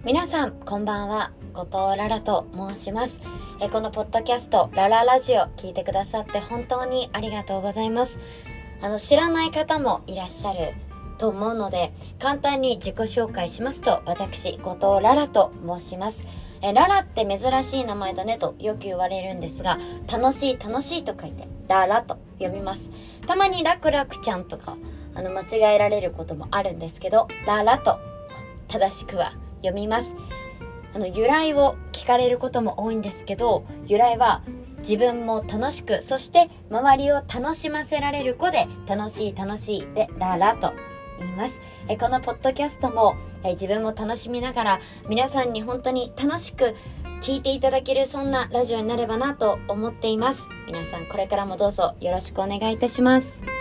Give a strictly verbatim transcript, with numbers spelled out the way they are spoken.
皆さんこんばんは、後藤ララと申します。えこのポッドキャストラララジオ聞いてくださって本当にありがとうございます。あの知らない方もいらっしゃると思うので、簡単に自己紹介しますと、私後藤ララと申します。えララって珍しい名前だねとよく言われるんですが、楽しい楽しいと書いてララと読みます。たまにラクラクちゃんとかあの間違えられることもあるんですけど、ララと正しくは読みます。あの由来を聞かれることも多いんですけど、由来は自分も楽しく、そして周りを楽しませられる子で、楽しい楽しいでララと言います。えこのポッドキャストもえ自分も楽しみながら皆さんに本当に楽しく聞いていただける、そんなラジオになればなと思っています。皆さんこれからもどうぞよろしくお願いいたします。